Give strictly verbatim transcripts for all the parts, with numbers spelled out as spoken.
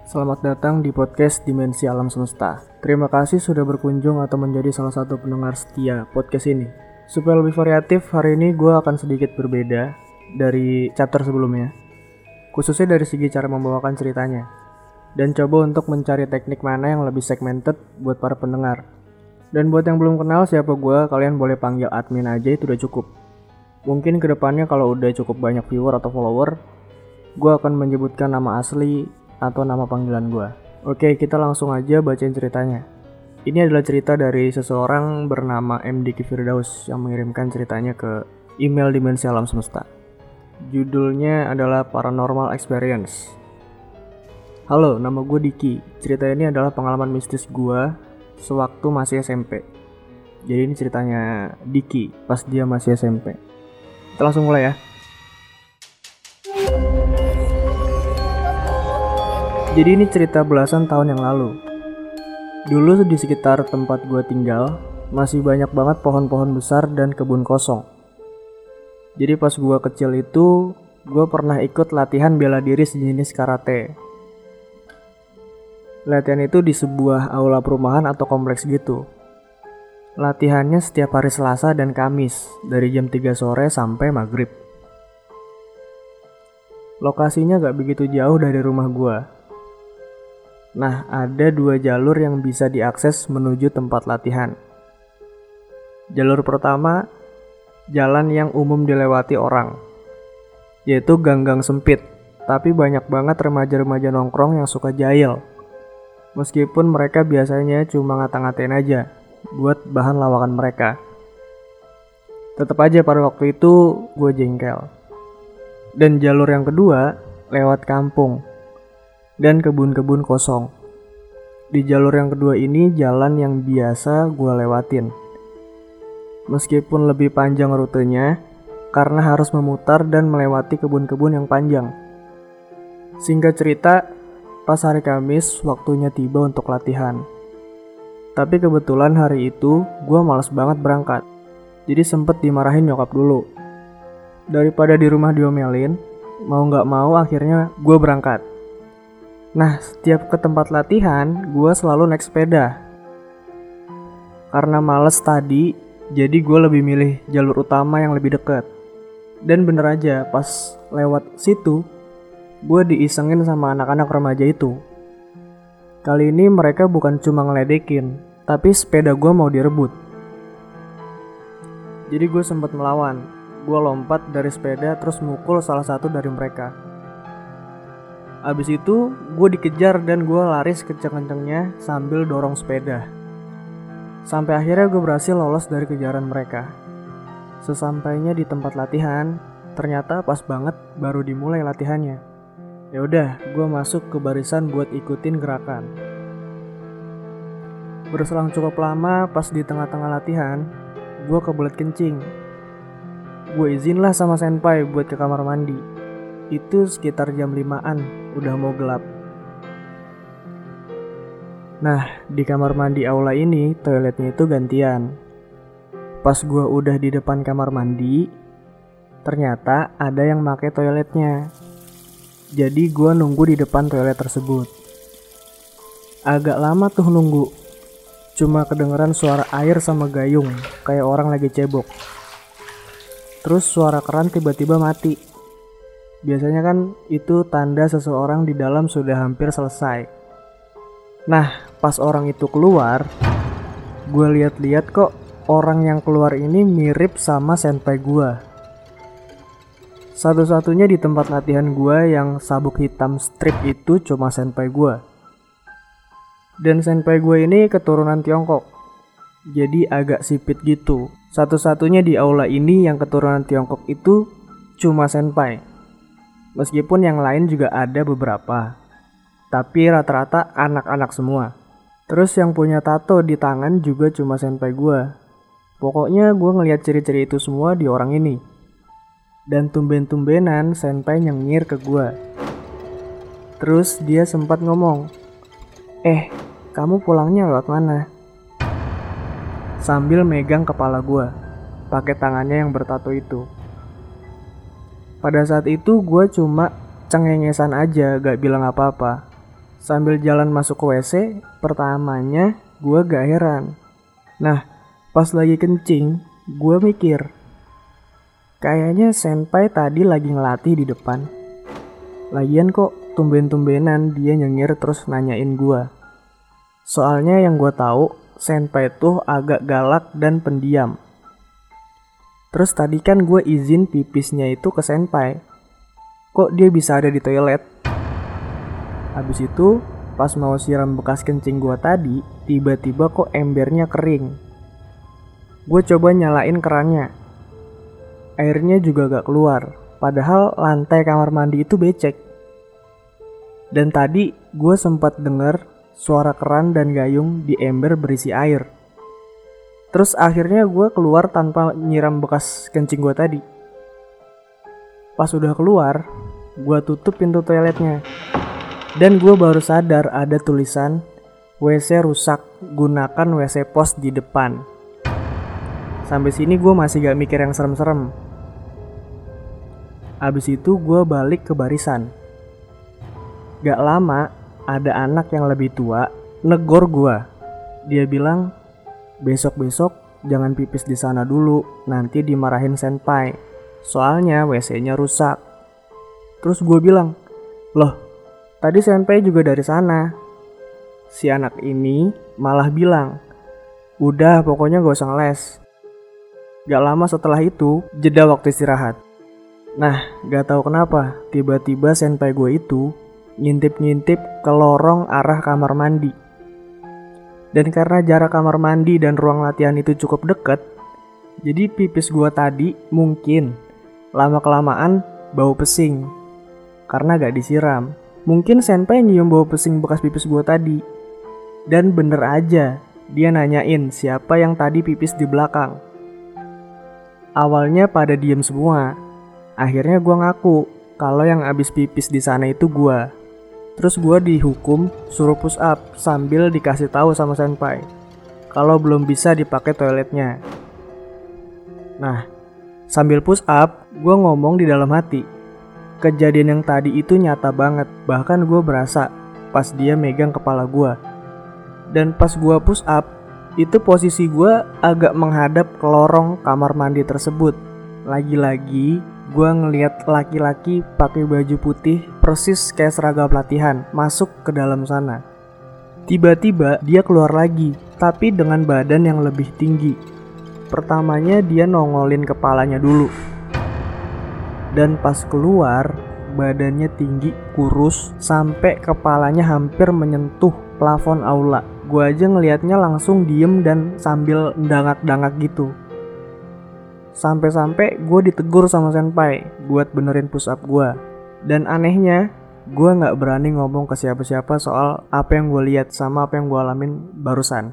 Selamat datang di podcast Dimensi Alam Semesta. Terima kasih sudah berkunjung atau menjadi salah satu pendengar setia podcast ini. Supaya lebih variatif, hari ini gue akan sedikit berbeda dari chapter sebelumnya, khususnya dari segi cara membawakan ceritanya, dan coba untuk mencari teknik mana yang lebih segmented buat para pendengar. Dan buat yang belum kenal siapa gue, kalian boleh panggil admin aja, itu udah cukup. Mungkin kedepannya kalau udah cukup banyak viewer atau follower, gue akan menyebutkan nama asli atau nama panggilan gue. Oke, kita langsung aja bacain ceritanya. Ini adalah cerita dari seseorang bernama M D K Firdaus yang mengirimkan ceritanya ke email Dimensi Alam Semesta. Judulnya adalah Paranormal Experience. Halo, nama gue Diki. Cerita ini adalah pengalaman mistis gue sewaktu masih S M P. Jadi ini ceritanya Diki pas dia masih S M P. Kita langsung mulai ya. Jadi ini cerita belasan tahun yang lalu. Dulu di sekitar tempat gue tinggal masih banyak banget pohon-pohon besar dan kebun kosong. Jadi pas gue kecil itu, gue pernah ikut latihan bela diri sejenis karate. Latihan itu di sebuah aula perumahan atau kompleks gitu. Latihannya setiap hari Selasa dan Kamis dari jam tiga sore sampai maghrib. Lokasinya gak begitu jauh dari rumah gue. Nah, ada dua jalur yang bisa diakses menuju tempat latihan. Jalur pertama, jalan yang umum dilewati orang, yaitu gang-gang sempit, tapi banyak banget remaja-remaja nongkrong yang suka jahil. Meskipun mereka biasanya cuma ngata-ngatain aja, buat bahan lawakan mereka. Tetap aja pada waktu itu gue jengkel. Dan jalur yang kedua, lewat kampung dan kebun-kebun kosong. Di jalur yang kedua ini jalan yang biasa gue lewatin. Meskipun lebih panjang rutenya, karena harus memutar dan melewati kebun-kebun yang panjang. Singkat cerita, pas hari Kamis waktunya tiba untuk latihan. Tapi kebetulan hari itu gue malas banget berangkat. Jadi sempet dimarahin nyokap dulu. Daripada di rumah diomelin, mau gak mau akhirnya gue berangkat. Nah, setiap ke tempat latihan, gue selalu naik sepeda. Karena males tadi, jadi gue lebih milih jalur utama yang lebih dekat. Dan bener aja, pas lewat situ, gue diisengin sama anak-anak remaja itu. Kali ini mereka bukan cuma ngeledekin, tapi sepeda gue mau direbut. Jadi gue sempat melawan. Gue lompat dari sepeda terus mukul salah satu dari mereka. Abis itu gue dikejar dan gue lari sekencang-kencangnya sambil dorong sepeda. Sampai akhirnya gue berhasil lolos dari kejaran mereka. Sesampainya di tempat latihan, ternyata pas banget baru dimulai latihannya. Ya udah, gue masuk ke barisan buat ikutin gerakan. Berselang cukup lama, pas di tengah-tengah latihan, gue kebelet kencing. Gue izin lah sama senpai buat ke kamar mandi. Itu sekitar jam limaan, udah mau gelap. Nah, di kamar mandi aula ini, toiletnya itu gantian. Pas gue udah di depan kamar mandi, ternyata ada yang pakai toiletnya. Jadi gue nunggu di depan toilet tersebut. Agak lama tuh nunggu. Cuma kedengeran suara air sama gayung, kayak orang lagi cebok. Terus suara keran tiba-tiba mati. Biasanya kan itu tanda seseorang di dalam sudah hampir selesai. Nah, pas orang itu keluar, gue lihat-lihat kok orang yang keluar ini mirip sama senpai gue. Satu-satunya di tempat latihan gue yang sabuk hitam strip itu cuma senpai gue. Dan senpai gue ini keturunan Tiongkok, jadi agak sipit gitu. Satu-satunya di aula ini yang keturunan Tiongkok itu cuma senpai. Meskipun yang lain juga ada beberapa, tapi rata-rata anak-anak semua. Terus yang punya tato di tangan juga cuma senpai gue. Pokoknya gue ngeliat ciri-ciri itu semua di orang ini. Dan tumben-tumbenan senpai nyengir ke gue. Terus dia sempat ngomong, "Eh, kamu pulangnya lewat mana?" Sambil megang kepala gue, pakai tangannya yang bertato itu. Pada saat itu gue cuma cengengesan aja, gak bilang apa-apa. Sambil jalan masuk ke W C, pertamanya gue gak heran. Nah, pas lagi kencing, gue mikir, kayaknya senpai tadi lagi ngelatih di depan. Lagian kok tumben-tumbenan dia nyengir terus nanyain gue. Soalnya yang gue tahu, senpai tuh agak galak dan pendiam. Terus tadi kan gue izin pipisnya itu ke senpai. Kok dia bisa ada di toilet? Habis itu, pas mau siram bekas kencing gue tadi, tiba-tiba kok embernya kering. Gue coba nyalain kerannya. Airnya juga gak keluar, padahal lantai kamar mandi itu becek. Dan tadi gue sempat denger suara keran dan gayung di ember berisi air. Terus akhirnya gue keluar tanpa nyiram bekas kencing gue tadi. Pas udah keluar, gue tutup pintu toiletnya. Dan gue baru sadar ada tulisan W C rusak, gunakan W C pos di depan. Sampai sini gue masih gak mikir yang serem-serem. Abis itu gue balik ke barisan. Gak lama ada anak yang lebih tua negor gue. Dia bilang, besok-besok jangan pipis di sana dulu, nanti dimarahin senpai. Soalnya W C-nya rusak. Terus gue bilang, loh, tadi senpai juga dari sana. Si anak ini malah bilang, udah pokoknya gak usah ngeles. Gak lama setelah itu, jeda waktu istirahat. Nah, gak tahu kenapa, tiba-tiba senpai gue itu ngintip-ngintip ke lorong arah kamar mandi. Dan karena jarak kamar mandi dan ruang latihan itu cukup dekat, jadi pipis gue tadi mungkin lama-kelamaan bau pesing karena gak disiram. Mungkin senpai nyium bau pesing bekas pipis gue tadi. Dan bener aja, dia nanyain siapa yang tadi pipis di belakang. Awalnya pada diem semua. Akhirnya gue ngaku kalau yang abis pipis di sana itu gue. Terus gue dihukum suruh push up sambil dikasih tahu sama senpai kalau belum bisa dipakai toiletnya. Nah, sambil push up, gue ngomong di dalam hati. Kejadian yang tadi itu nyata banget. Bahkan gue berasa pas dia megang kepala gue. Dan pas gue push up, itu posisi gue agak menghadap ke lorong kamar mandi tersebut. Lagi-lagi gue ngeliat laki-laki pakai baju putih persis kayak seragam latihan masuk ke dalam sana. Tiba-tiba dia keluar lagi, tapi dengan badan yang lebih tinggi. Pertamanya dia nongolin kepalanya dulu. Dan pas keluar, badannya tinggi, kurus, sampai kepalanya hampir menyentuh plafon aula. Gue aja ngelihatnya langsung diem dan sambil dangak-dangak gitu. Sampai-sampai gue ditegur sama senpai buat benerin push up gue. Dan anehnya, gue gak berani ngomong ke siapa-siapa soal apa yang gue lihat sama apa yang gue alamin barusan.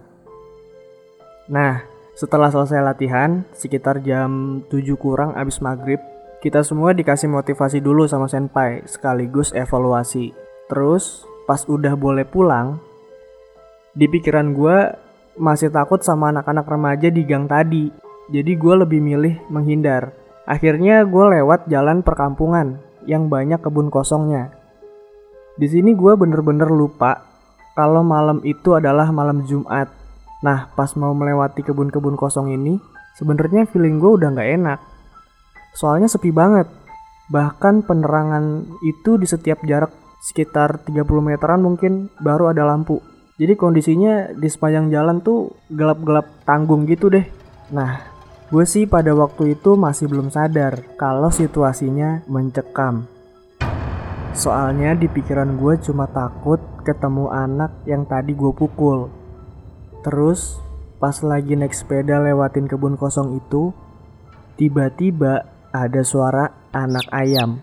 Nah, setelah selesai latihan, sekitar jam tujuh kurang abis maghrib, kita semua dikasih motivasi dulu sama senpai, sekaligus evaluasi. Terus, pas udah boleh pulang, di pikiran gue masih takut sama anak-anak remaja di gang tadi. Jadi gue lebih milih menghindar. Akhirnya gue lewat jalan perkampungan yang banyak kebun kosongnya. Di sini gue bener-bener lupa kalau malam itu adalah malam Jumat. Nah, pas mau melewati kebun-kebun kosong ini, sebenarnya feeling gue udah gak enak. Soalnya sepi banget. Bahkan penerangan itu di setiap jarak sekitar tiga puluh meteran mungkin baru ada lampu. Jadi kondisinya di sepanjang jalan tuh gelap-gelap tanggung gitu deh. Nah, gue sih pada waktu itu masih belum sadar kalau situasinya mencekam. Soalnya di pikiran gue cuma takut ketemu anak yang tadi gue pukul. Terus pas lagi naik sepeda lewatin kebun kosong itu, tiba-tiba ada suara anak ayam.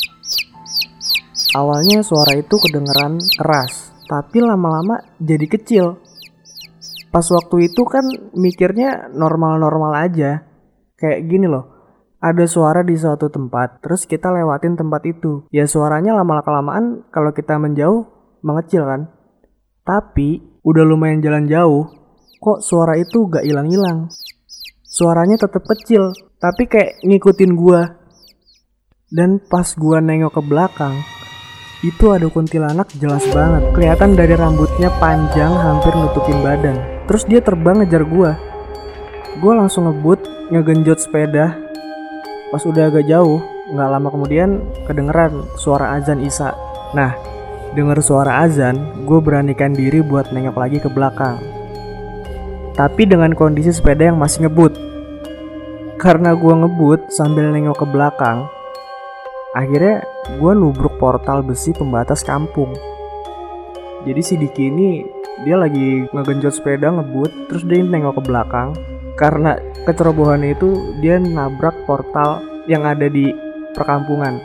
Awalnya suara itu kedengeran keras, tapi lama-lama jadi kecil. Pas waktu itu kan mikirnya normal-normal aja. Kayak gini loh, ada suara di suatu tempat, terus kita lewatin tempat itu. Ya suaranya lama-kelamaan kalau kita menjauh mengecil kan. Tapi udah lumayan jalan jauh, kok suara itu gak hilang-hilang. Suaranya tetap kecil, tapi kayak ngikutin gua. Dan pas gua nengok ke belakang, Itu ada kuntilanak jelas banget. Kelihatan dari rambutnya panjang hampir nutupin badan. Terus dia terbang ngejar gua. Gua langsung ngebut, ngegenjot sepeda. Pas udah agak jauh, gak lama kemudian kedengeran suara azan Isya. Nah, denger suara azan, gue beranikan diri buat nengok lagi ke belakang. Tapi dengan kondisi sepeda yang masih ngebut. Karena gue ngebut sambil nengok ke belakang, akhirnya gue nubruk portal besi pembatas kampung. Jadi si Diki ini dia lagi ngegenjot sepeda ngebut, terus dia nengok ke belakang. Karena kecerobohannya itu dia nabrak portal yang ada di perkampungan.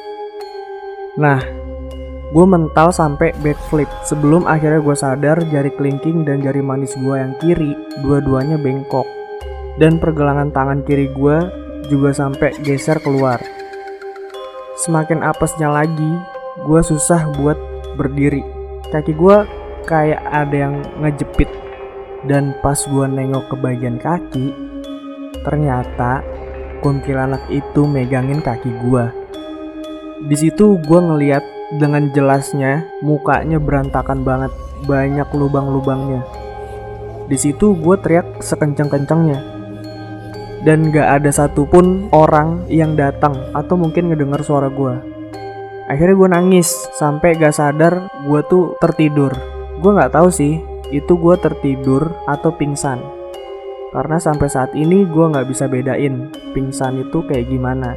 Nah, gue mental sampai backflip sebelum akhirnya gue sadar jari kelingking dan jari manis gue yang kiri dua-duanya bengkok. Dan pergelangan tangan kiri gue juga sampai geser keluar. Semakin apesnya lagi, gue susah buat berdiri. Kaki gue kayak ada yang ngejepit. Dan pas gue nengok ke bagian kaki, ternyata kuntilanak itu megangin kaki gue. Di situ gue ngeliat dengan jelasnya mukanya berantakan banget, banyak lubang-lubangnya. Di situ gue teriak sekencang-kencangnya. Dan gak ada satupun orang yang datang atau mungkin ngedenger suara gue. Akhirnya gue nangis sampai gak sadar gue tuh tertidur. Gue gak tahu sih itu gue tertidur atau pingsan. Karena sampai saat ini gue gak bisa bedain pingsan itu kayak gimana.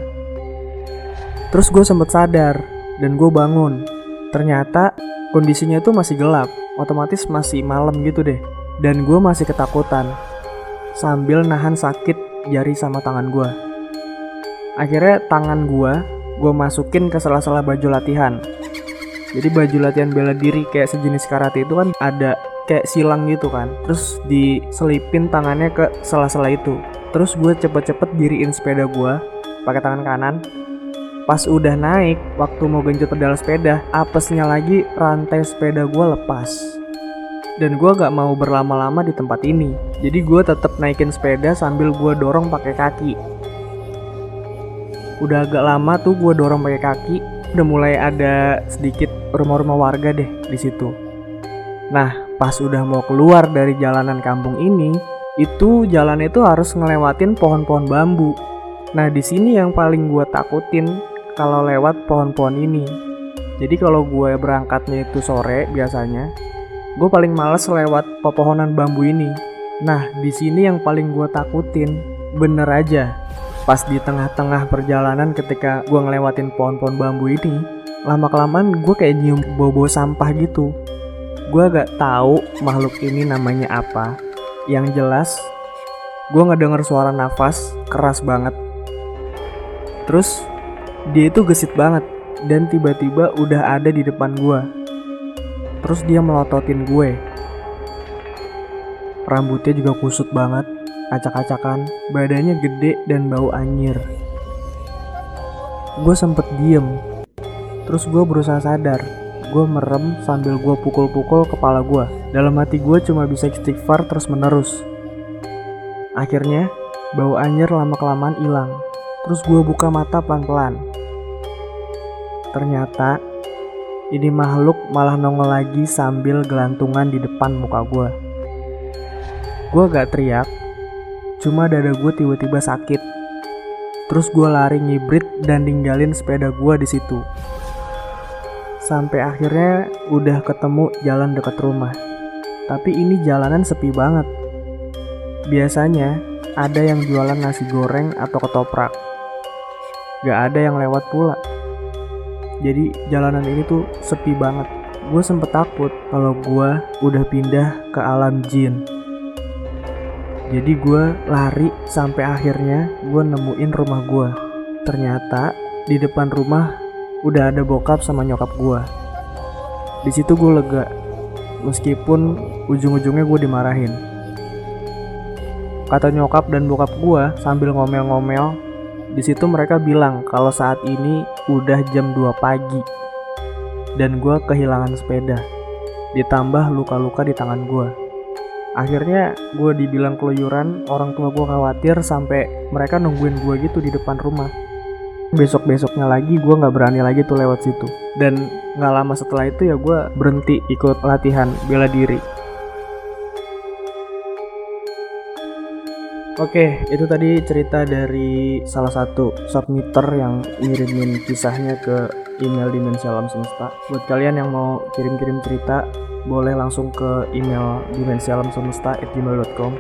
Terus gue sempet sadar dan gue bangun. Ternyata kondisinya tuh masih gelap, otomatis masih malam gitu deh. Dan gue masih ketakutan sambil nahan sakit jari sama tangan gue. Akhirnya tangan gue gue masukin ke sela-sela baju latihan. Jadi baju latihan bela diri kayak sejenis karate itu kan ada kayak silang gitu kan. Terus diselipin tangannya ke sela-sela itu. Terus gue cepet-cepet diriin sepeda gue pakai tangan kanan. Pas udah naik, waktu mau genjot pedal sepeda, apesnya lagi rantai sepeda gue lepas. Dan gue gak mau berlama-lama di tempat ini. Jadi gue tetap naikin sepeda sambil gue dorong pakai kaki. Udah agak lama tuh gue dorong pakai kaki, udah mulai ada sedikit rumah-rumah warga deh di situ. Nah, pas udah mau keluar dari jalanan kampung ini, itu jalan itu harus ngelewatin pohon-pohon bambu. Nah, di sini yang paling gue takutin kalau lewat pohon-pohon ini. Jadi kalau gue berangkatnya itu sore biasanya, gue paling males lewat pepohonan bambu ini. Nah, di sini yang paling gue takutin, bener aja, pas di tengah-tengah perjalanan ketika gue ngelewatin pohon-pohon bambu ini, lama-kelamaan gue kayak nyium bau-bau sampah gitu. Gue gak tahu makhluk ini namanya apa. Yang jelas, gue ngedenger suara nafas keras banget. Terus dia itu gesit banget dan tiba-tiba udah ada di depan gue. Terus dia melototin gue. Rambutnya juga kusut banget, acak-acakan, badannya gede dan bau anyir. Gue sempet diem. Terus gue berusaha sadar. Gue merem sambil gue pukul-pukul kepala gue. Dalam hati gue cuma bisa istighfar terus menerus. Akhirnya bau anyir lama-kelamaan hilang. Terus gue buka mata pelan-pelan. Ternyata ini makhluk malah nongol lagi sambil gelantungan di depan muka gue. Gue gak teriak, cuma dada gue tiba-tiba sakit. Terus gue lari ngibrit dan ninggalin sepeda gue di situ. Sampai akhirnya udah ketemu jalan dekat rumah. Tapi ini jalanan sepi banget. Biasanya ada yang jualan nasi goreng atau ketoprak. Gak ada yang lewat pula. Jadi jalanan ini tuh sepi banget. Gue sempet takut kalau gue udah pindah ke alam jin. Jadi gue lari sampai akhirnya gue nemuin rumah gue. Ternyata di depan rumah udah ada bokap sama nyokap gue. Di situ gue lega, meskipun ujung-ujungnya gue dimarahin. Kata nyokap dan bokap gue sambil ngomel-ngomel, di situ mereka bilang kalau saat ini udah jam dua pagi dan gue kehilangan sepeda, ditambah luka-luka di tangan gue. Akhirnya gue dibilang keluyuran, orang tua gue khawatir sampai mereka nungguin gue gitu di depan rumah. besok-besoknya lagi gue gak berani lagi tuh lewat situ. Dan gak lama setelah itu ya gue berhenti ikut latihan bela diri. Oke, itu tadi cerita dari salah satu submitter yang ngirimin kisahnya ke email Dimensi Alam Semesta. Buat kalian yang mau kirim-kirim cerita, boleh langsung ke email dimensi alam semesta at gmail dot com.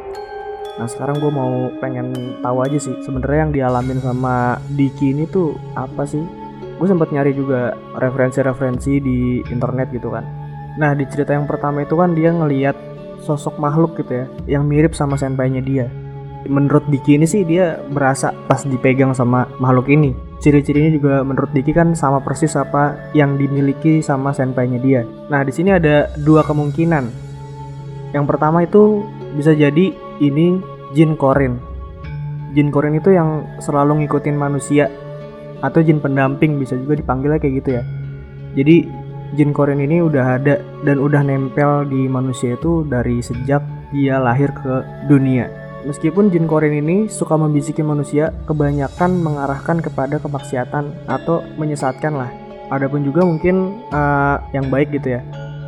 Nah sekarang gue mau pengen tahu aja sih sebenarnya yang dialamin sama Diki ini tuh apa sih? Gue sempat nyari juga referensi-referensi di internet gitu kan. Nah di cerita yang pertama itu kan dia ngelihat sosok makhluk gitu ya yang mirip sama senpainya dia. Menurut Diki ini sih dia berasa pas dipegang sama makhluk ini. Ciri-cirinya juga menurut Diki kan sama persis apa yang dimiliki sama senpainya dia. Nah di sini ada dua kemungkinan. Yang pertama itu bisa jadi ini jin korin. Jin korin itu yang selalu ngikutin manusia atau jin pendamping, bisa juga dipanggilnya kayak gitu ya. Jadi jin korin ini udah ada dan udah nempel di manusia itu dari sejak dia lahir ke dunia. Meskipun jin korin ini suka membisiki manusia, kebanyakan mengarahkan kepada kemaksiatan atau menyesatkan lah. Adapun juga mungkin uh, yang baik gitu ya.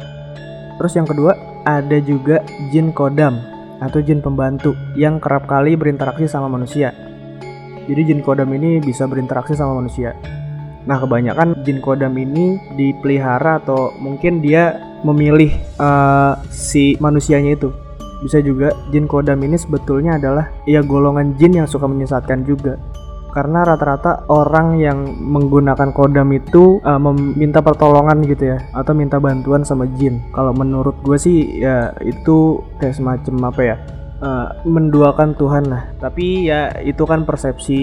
Terus yang kedua ada juga jin kodam atau jin pembantu yang kerap kali berinteraksi sama manusia. Jadi jin kodam ini bisa berinteraksi sama manusia. Nah kebanyakan jin kodam ini dipelihara atau mungkin dia memilih uh, si manusianya itu. Bisa juga jin kodam ini sebetulnya adalah ya golongan jin yang suka menyesatkan juga. Karena rata-rata orang yang menggunakan kodam itu uh, meminta pertolongan gitu ya, atau minta bantuan sama jin. Kalau menurut gue sih ya itu kayak semacam apa ya, uh, menduakan Tuhan lah. Tapi ya itu kan persepsi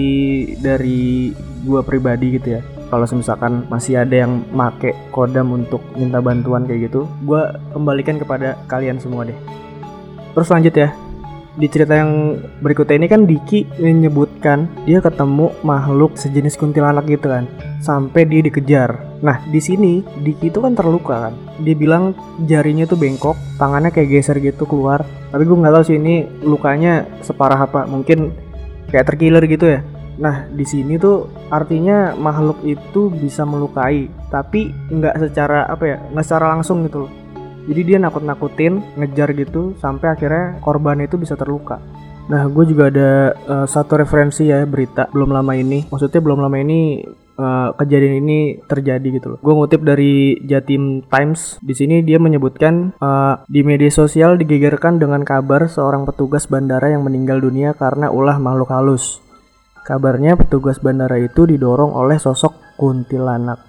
dari gue pribadi gitu ya. Kalau misalkan masih ada yang make kodam untuk minta bantuan kayak gitu, gue kembalikan kepada kalian semua deh. Terus lanjut ya. Di cerita yang berikutnya ini kan Diki menyebutkan dia ketemu makhluk sejenis kuntilanak gitu kan, sampai dia dikejar. Nah di sini Diki itu kan terluka kan. Dia bilang jarinya tuh bengkok, tangannya kayak geser gitu keluar. Tapi gue nggak tahu sih ini lukanya separah apa, mungkin kayak terkiler gitu ya. Nah di sini tuh artinya makhluk itu bisa melukai, tapi nggak secara apa ya, nggak secara langsung gitu loh. Jadi dia nakut-nakutin, ngejar gitu, sampai akhirnya korban itu bisa terluka. Nah gue juga ada uh, satu referensi ya berita belum lama ini. Maksudnya belum lama ini uh, kejadian ini terjadi gitu loh. Gue ngutip dari Jatim Times. Di sini dia menyebutkan uh, di media sosial digegerkan dengan kabar seorang petugas bandara yang meninggal dunia karena ulah makhluk halus. Kabarnya petugas bandara itu didorong oleh sosok kuntilanak.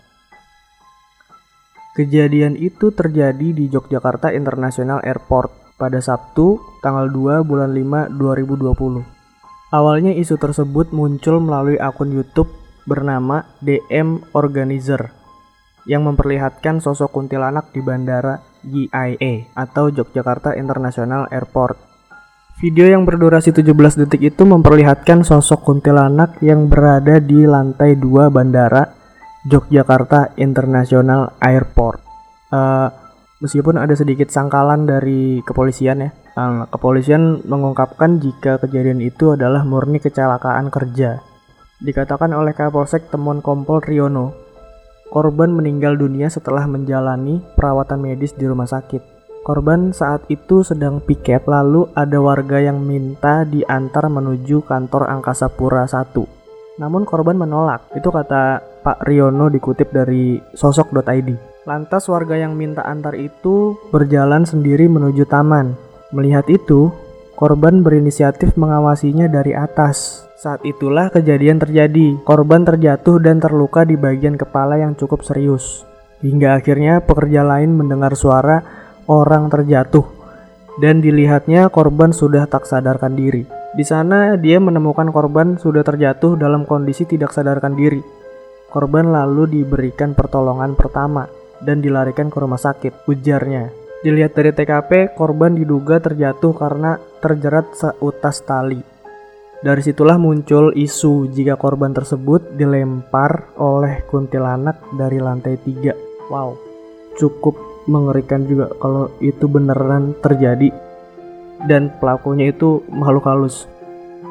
Kejadian itu terjadi di Yogyakarta International Airport pada Sabtu, tanggal dua bulan lima dua ribu dua puluh. Awalnya isu tersebut muncul melalui akun YouTube bernama D M Organizer yang memperlihatkan sosok kuntilanak di Bandara Y I A atau Yogyakarta International Airport. Video yang berdurasi tujuh belas detik itu memperlihatkan sosok kuntilanak yang berada di lantai dua bandara Yogyakarta International Airport. Uh, meskipun ada sedikit sangkalan dari kepolisian ya, uh, kepolisian mengungkapkan jika kejadian itu adalah murni kecelakaan kerja. Dikatakan oleh Kapolsek Temon Kompol Riono, korban meninggal dunia setelah menjalani perawatan medis di rumah sakit. Korban saat itu sedang piket, lalu ada warga yang minta diantar menuju kantor Angkasa Pura satu. Namun korban menolak. Itu kata Pak Riono dikutip dari sosok dot i d. Lantas warga yang minta antar itu berjalan sendiri menuju taman. Melihat itu, korban berinisiatif mengawasinya dari atas. Saat itulah kejadian terjadi. Korban terjatuh dan terluka di bagian kepala yang cukup serius. Hingga akhirnya pekerja lain mendengar suara orang terjatuh dan dilihatnya korban sudah tak sadarkan diri. Di sana dia menemukan korban sudah terjatuh dalam kondisi tidak sadarkan diri. Korban lalu diberikan pertolongan pertama dan dilarikan ke rumah sakit, ujarnya. Dilihat dari T K P, korban diduga terjatuh karena terjerat seutas tali. Dari situlah muncul isu jika korban tersebut dilempar oleh kuntilanak dari lantai tiga. Wow, cukup mengerikan juga kalau itu beneran terjadi. Dan pelakunya itu makhluk halus.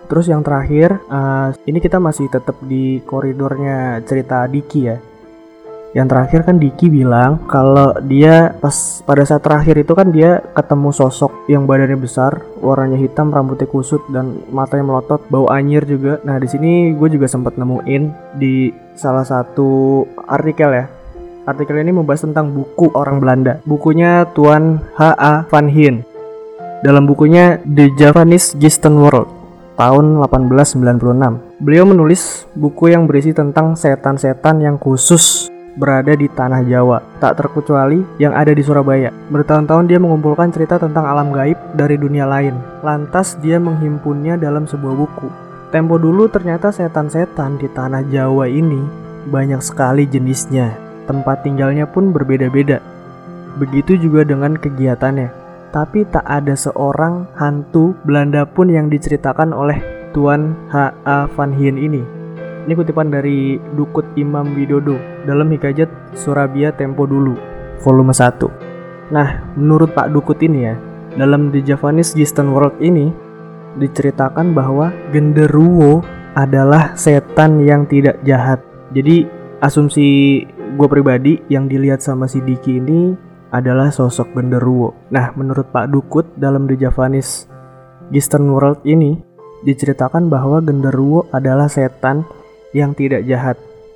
Terus yang terakhir, uh, ini kita masih tetap di koridornya cerita Diki ya. Yang terakhir kan Diki bilang kalau dia pas pada saat terakhir itu kan dia ketemu sosok yang badannya besar, warnanya hitam, rambutnya kusut dan matanya melotot, bau anyir juga. Nah di sini gue juga sempat nemuin di salah satu artikel ya. Artikel ini membahas tentang buku orang Belanda. Bukunya Tuan H A van Hien. Dalam bukunya The Javanese Ghost World tahun delapan belas sembilan puluh enam. Beliau menulis buku yang berisi tentang setan-setan yang khusus berada di tanah Jawa, tak terkecuali yang ada di Surabaya. Bertahun-tahun dia mengumpulkan cerita tentang alam gaib dari dunia lain. Lantas dia menghimpunnya dalam sebuah buku. Tempo dulu ternyata setan-setan di tanah Jawa ini banyak sekali jenisnya. Tempat tinggalnya pun berbeda-beda. Begitu juga dengan kegiatannya. Tapi tak ada seorang hantu Belanda pun yang diceritakan oleh Tuan H A van Hien ini. Ini kutipan dari Dukut Imam Widodo dalam Hikayat Surabaya Tempo Dulu, volume satu. Nah, menurut Pak Dukut ini ya, dalam The Javanese Ghost World ini diceritakan bahwa genderuwo adalah setan yang tidak jahat. Jadi asumsi gue pribadi yang dilihat sama si Diki ini adalah sosok genderuwo. Nah, menurut Pak Dukut dalam The Javanese Ghost World ini diceritakan bahwa genderuwo adalah setan yang tidak jahat.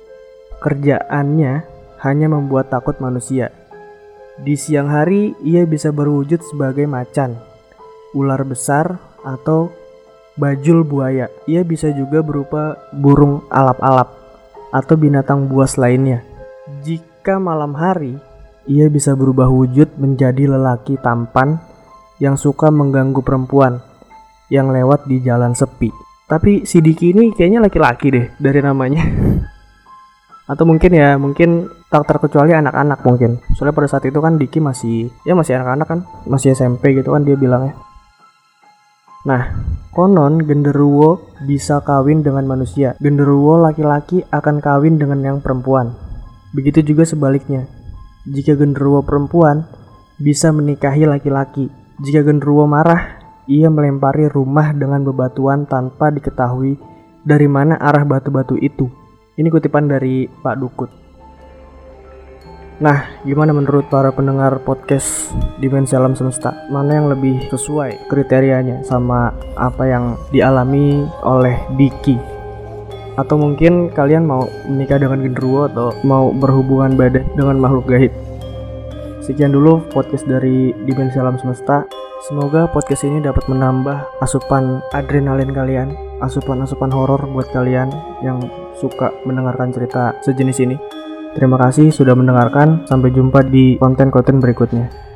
Kerjaannya hanya membuat takut manusia. Di siang hari ia bisa berwujud sebagai macan, ular besar, atau bajul buaya. Ia bisa juga berupa burung alap-alap atau binatang buas lainnya. Jika malam hari, ia bisa berubah wujud menjadi lelaki tampan yang suka mengganggu perempuan yang lewat di jalan sepi. Tapi si Diki ini kayaknya laki-laki deh dari namanya. Atau mungkin ya, mungkin tak terkecuali anak-anak mungkin. Soalnya pada saat itu kan Diki masih, ya masih anak-anak kan, masih S M P gitu kan dia bilangnya. Nah, konon genderuwo bisa kawin dengan manusia. Genderuwo laki-laki akan kawin dengan yang perempuan. Begitu juga sebaliknya. Jika genderuwo perempuan bisa menikahi laki-laki. Jika genderuwo marah, ia melempari rumah dengan bebatuan tanpa diketahui dari mana arah batu-batu itu. Ini kutipan dari Pak Dukut. Nah, gimana menurut para pendengar podcast Dimensi Alam Semesta? Mana yang lebih sesuai kriterianya sama apa yang dialami oleh Diki? Atau mungkin kalian mau menikah dengan genderuwo atau mau berhubungan badan dengan makhluk gaib? Sekian dulu podcast dari Dimensi Alam Semesta. Semoga podcast ini dapat menambah asupan adrenalin kalian, asupan-asupan horor buat kalian yang suka mendengarkan cerita sejenis ini. Terima kasih sudah mendengarkan. Sampai jumpa di konten-konten berikutnya.